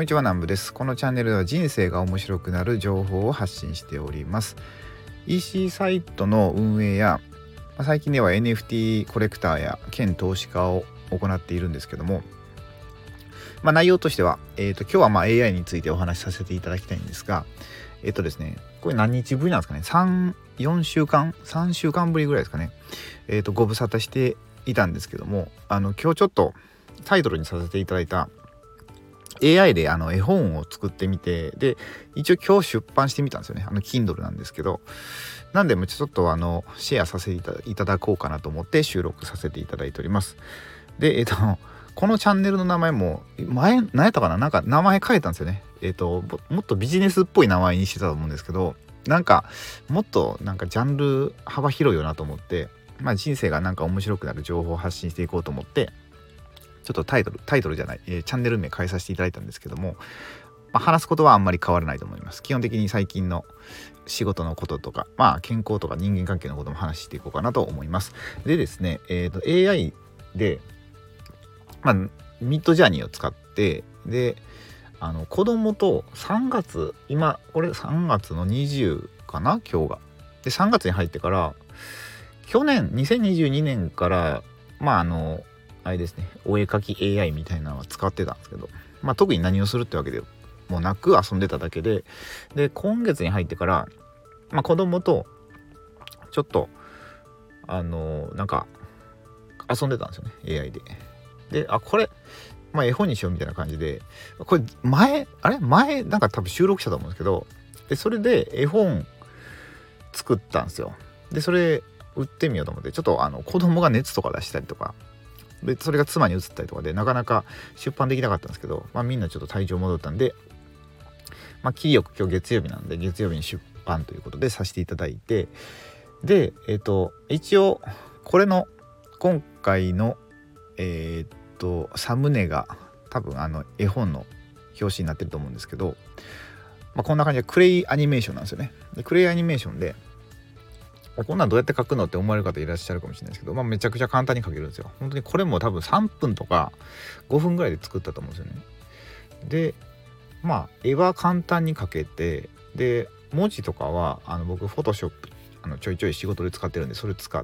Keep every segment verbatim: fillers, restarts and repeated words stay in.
こんにちは、南部です。このチャンネルでは人生が面白くなる情報を発信しております。 イーシー サイトの運営や最近では エヌエフティー コレクターや兼投資家を行っているんですけども、まあ、内容としては、えーと、今日はまあ エーアイ についてお話しさせていただきたいんですが、えっ、ー、とですねこれ何日ぶりなんですかね、さん、よんしゅうかんさんしゅうかんぶりぐらいですかね。えっ、ー、とご無沙汰していたんですけども、あの今日ちょっとタイトルにさせていただいたエーアイ であの絵本を作ってみて、で一応今日出版してみたんですよね。あの Kindle なんですけど、なんでちょっとあのシェアさせていただこうかなと思って収録させていただいております。でえっ、ー、とこのチャンネルの名前も前何やったかな、なんか名前変えたんですよね。えっ、ー、ともっとビジネスっぽい名前にしてたと思うんですけど、なんかもっとなんかジャンル幅広いよなと思って、まあ人生がなんか面白くなる情報を発信していこうと思って、ちょっとタイトルタイトルじゃない、えー、チャンネル名変えさせていただいたんですけども、まあ、話すことはあんまり変わらないと思います。基本的に最近の仕事のこととか、まあ健康とか人間関係のことも話していこうかなと思います。でですね、えーと エーアイ で、まあ、ミッドジャーニーを使って、であの子供とさんがつ、今これさんがつのにじゅうかな今日がで、さんがつに入ってから去年にせんにじゅうにねんからまああのあれですね、お絵描き エーアイ みたいなのは使ってたんですけど、まあ特に何をするってわけでもなく遊んでただけで、で今月に入ってから、まあ、子供とちょっとあのなんか遊んでたんですよね エーアイ で。であこれ、まあ、絵本にしようみたいな感じで、これ前あれ前なんか多分収録したと思うんですけど、でそれで絵本作ったんですよ。でそれ売ってみようと思って、ちょっとあの子供が熱とか出したりとかで、それが妻に移ったりとかでなかなか出版できなかったんですけど、まあ、みんなちょっと体調戻ったんで、まあ、切りよく今日月曜日なんで月曜日に出版ということでさせていただいて、でえっ、ー、と一応これの今回のえっ、ー、とサムネが多分あの絵本の表紙になってると思うんですけど、まあ、こんな感じでクレイアニメーションなんですよね。でクレイアニメーションでこんなんどうやって書くのって思われる方いらっしゃるかもしれないですけど、まあ、めちゃくちゃ簡単に書けるんですよ。本当にこれも多分さんぷんとかごふんぐらいで作ったと思うんですよね。でまあ絵は簡単に描けて、で文字とかはあの僕フォトショップあのちょいちょい仕事で使ってるんでそれ使って、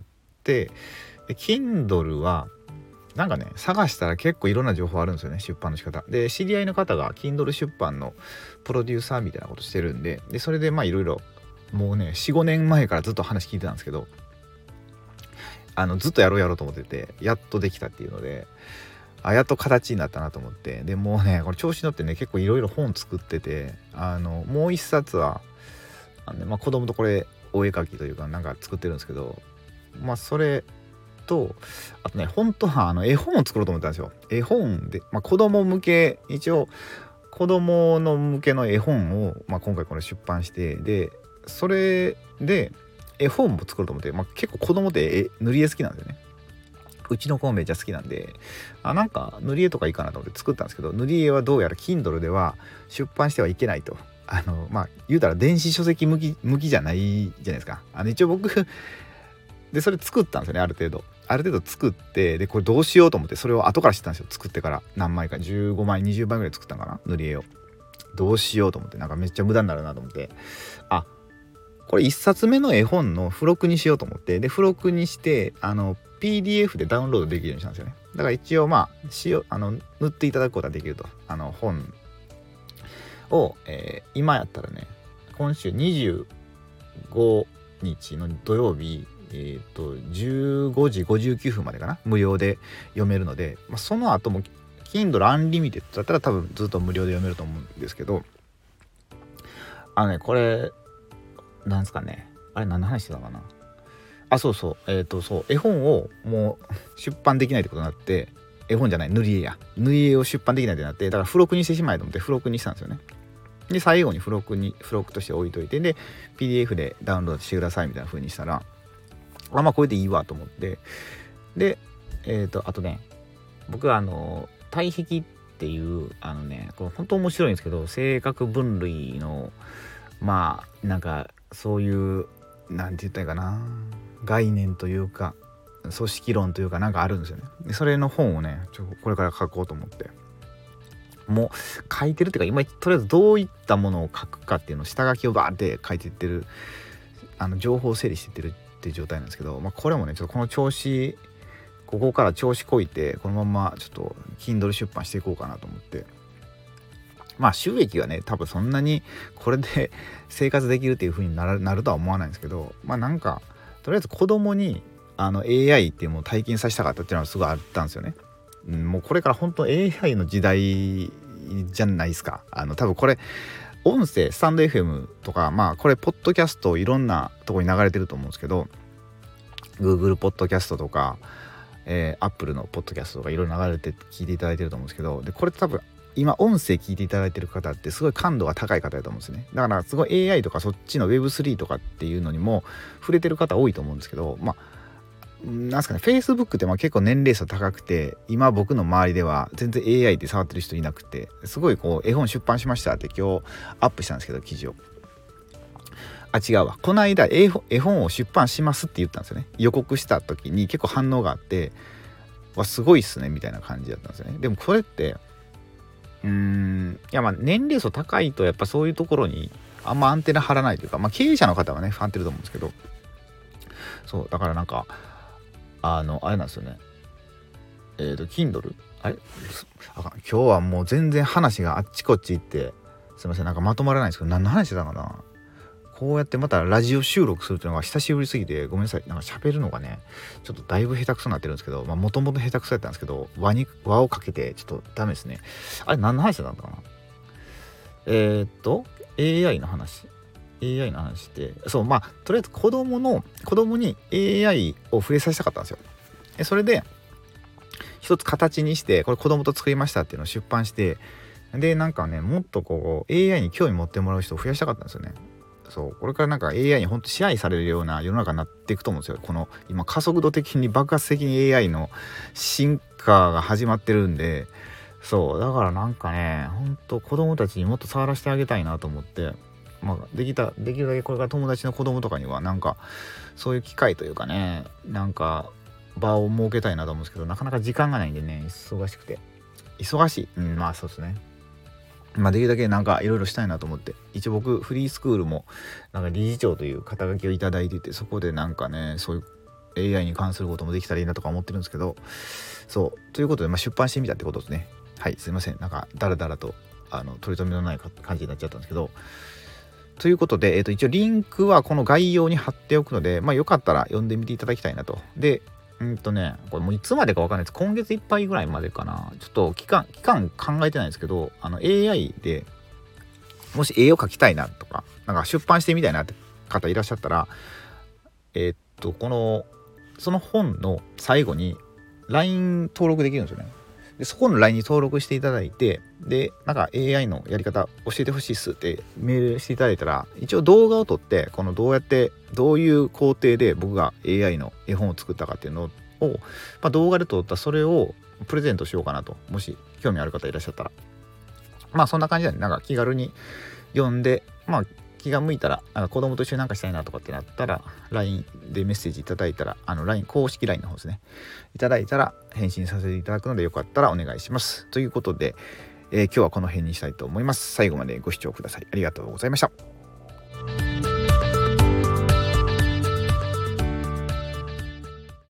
で Kindle はなんかね探したら結構いろんな情報あるんですよね、出版の仕方で。知り合いの方が Kindle 出版のプロデューサーみたいなことしてるんで、でそれでまあいろいろもうね よん,ご 年前からずっと話聞いてたんですけど、あのずっとやろうやろうと思ってて、やっとできたっていうので、あやっと形になったなと思って、でもうねこれ調子乗ってね結構いろいろ本作ってて、あのもう一冊はあの、ねまあ、子供とこれお絵描きというかなんか作ってるんですけど、まあそれとあとね本当はあの絵本を作ろうと思ったんですよ。絵本で、まあ、子供向け一応子供の向けの絵本を、まあ、今回これ出版して、でそれで絵本も作ろうと思って、まあ、結構子供って絵塗り絵好きなんですよね。うちの子もめっちゃ好きなんで、あなんか塗り絵とかいいかなと思って作ったんですけど、塗り絵はどうやら Kindle では出版してはいけないと。あのまあ言うたら電子書籍向き向きじゃないじゃないですか。あの一応僕でそれ作ったんですよね、ある程度ある程度作って、でこれどうしようと思って、それを後から知ったんですよ。作ってから何枚かじゅうごまいにじゅうまいぐらい作ったのかな、塗り絵を。どうしようと思って、なんかめっちゃ無駄になるなと思って、あこれいっさつめの絵本の付録にしようと思って、で付録にしてあの ピーディーエフ でダウンロードできるようにしたんですよね。だから一応まあしよあの塗っていただくことはできると。あの本を、えー、今やったらね今週にじゅうごにちの土曜日えっ、ー、とじゅうごじごじゅうきゅうふんまでかな、無料で読めるので、まあ、その後も Kindle Unlimited だったら多分ずっと無料で読めると思うんですけど、あのねこれなんすかね、あれ何の話してたかなあそうそうえっ、ー、とそう絵本をもう出版できないってことになって、絵本じゃない塗り絵や塗り絵を出版できないってなって、だから付録にしてしまえと思って付録にしたんですよね。で最後に付録に付録として置いといて、で ピーディーエフ でダウンロードしてくださいみたいな風にしたら、あまあこれでいいわと思って、でえっ、ー、とあとね僕はあの対比っていうあのねこれ本当面白いんですけど、性格分類のまあなんかそういうなんて言ったらいいかな、概念というか組織論というかなんかあるんですよね。でそれの本をねちょこれから書こうと思って、 もう書いてるっていうか、今とりあえずどういったものを書くかっていうのを下書きをバーって書いていってる、あの情報を整理していってるっていう状態なんですけど、まあ、これもねちょっとこの調子ここから調子こいてこのままちょっと Kindle 出版していこうかなと思って、まあ収益がね多分そんなにこれで生活できるっていう風になる、なるとは思わないんですけど、まあなんかとりあえず子供にあの エーアイ っていうものを体験させたかったっていうのはすごいあったんですよね。うん、もうこれから本当 エーアイ の時代じゃないですか。あの多分これ音声スタンド エフエム とか、まあこれポッドキャストいろんなところに流れてると思うんですけど、 Google ポッドキャストとか、えー、Apple のポッドキャストとかいろいろ流れて聞いていただいてると思うんですけど、でこれ多分今音声聞いていただいてる方ってすごい感度が高い方だと思うんですね。だからすごい エーアイ とかそっちの ウェブスリー とかっていうのにも触れてる方多いと思うんですけど、まあなんすかね、Facebook ってまあ結構年齢差高くて、今僕の周りでは全然 エーアイ って触ってる人いなくて、すごいこう絵本出版しましたって今日アップしたんですけど、記事を、あ違うわこの間絵本、絵本を出版しますって言ったんですよね。予告した時に結構反応があって、わすごいっすねみたいな感じだったんですよね。でもこれってうーんいやまあ年齢層高いとやっぱそういうところにあんまアンテナ張らないというか、まあ経営者の方はね張ってると思うんですけど、そうだからなんかあのあれなんですよね。えっ、ー、と Kindle あれあかん今日はもう全然話があっちこっち行ってすいません、なんかまとまらないんですけど、何の話してたかな。こうやってまたラジオ収録するというのが久しぶりすぎてごめんなさい、なんか喋るのがねちょっとだいぶ下手くそになってるんですけど、まあもともと下手くそやったんですけど、輪に輪をかけてちょっとダメですね。あれ何の話してたのかな。えー、っと エーアイ の話 エーアイ の話ってそうまあとりあえず子供の子供に エーアイ を触れさせたかったんですよ。でそれで一つ形にしてこれ子供と作りましたっていうのを出版して、でなんかねもっとこう エーアイ に興味持ってもらう人を増やしたかったんですよね。そうこれからなんか エーアイ に本当支配されるような世の中になっていくと思うんですよ。この今加速度的に爆発的に エーアイ の進化が始まってるんで、そうだからなんかね本当子供たちにもっと触らせてあげたいなと思って、まあできたできるだけこれから友達の子供とかにはなんかそういう機会というかね、なんか場を設けたいなと思うんですけど、なかなか時間がないんでね、忙しくて忙しい、うん、まあそうですね。まあできるだけなんかいろいろしたいなと思って、一応僕フリースクールもなんか理事長という肩書きをいただいてて、そこでなんかねそういう エーアイ に関することもできたらいいなとか思ってるんですけど、そうということで、まあ、出版してみたってことですね。はいすいません、なんかだらだらとあの取り留めのない感じになっちゃったんですけど、ということで、えー、と一応リンクはこの概要に貼っておくので、まあよかったら読んでみていただきたいなと。でうんとねこれもういつまでかわかんないです。今月いっぱいぐらいまでかな。ちょっと期間期間考えてないんですけど、あの エーアイ でもし絵を描きたいなとかなんか出版してみたいなって方いらっしゃったら、えー、っとこのその本の最後に ライン 登録できるんですよね。でそこの ライン に登録していただいて、でなんか エーアイ のやり方教えてほしいっすってメールしていただいたら、一応動画を撮ってこのどうやってどういう工程で僕が エーアイ の絵本を作ったかっていうのを、まあ、動画で撮ったそれをプレゼントしようかなと、もし興味ある方いらっしゃったら、まあそんな感じで、ね、なんか気軽に読んで、まあ気が向いたらなんか子供と一緒になんかしたいなとかってなったら ライン でメッセージいただいたら、あの ライン 公式 ライン の方ですねいただいたら返信させていただくので、よかったらお願いしますということで、えー、今日はこの辺にしたいと思います。最後までご視聴くださりありがとうございました。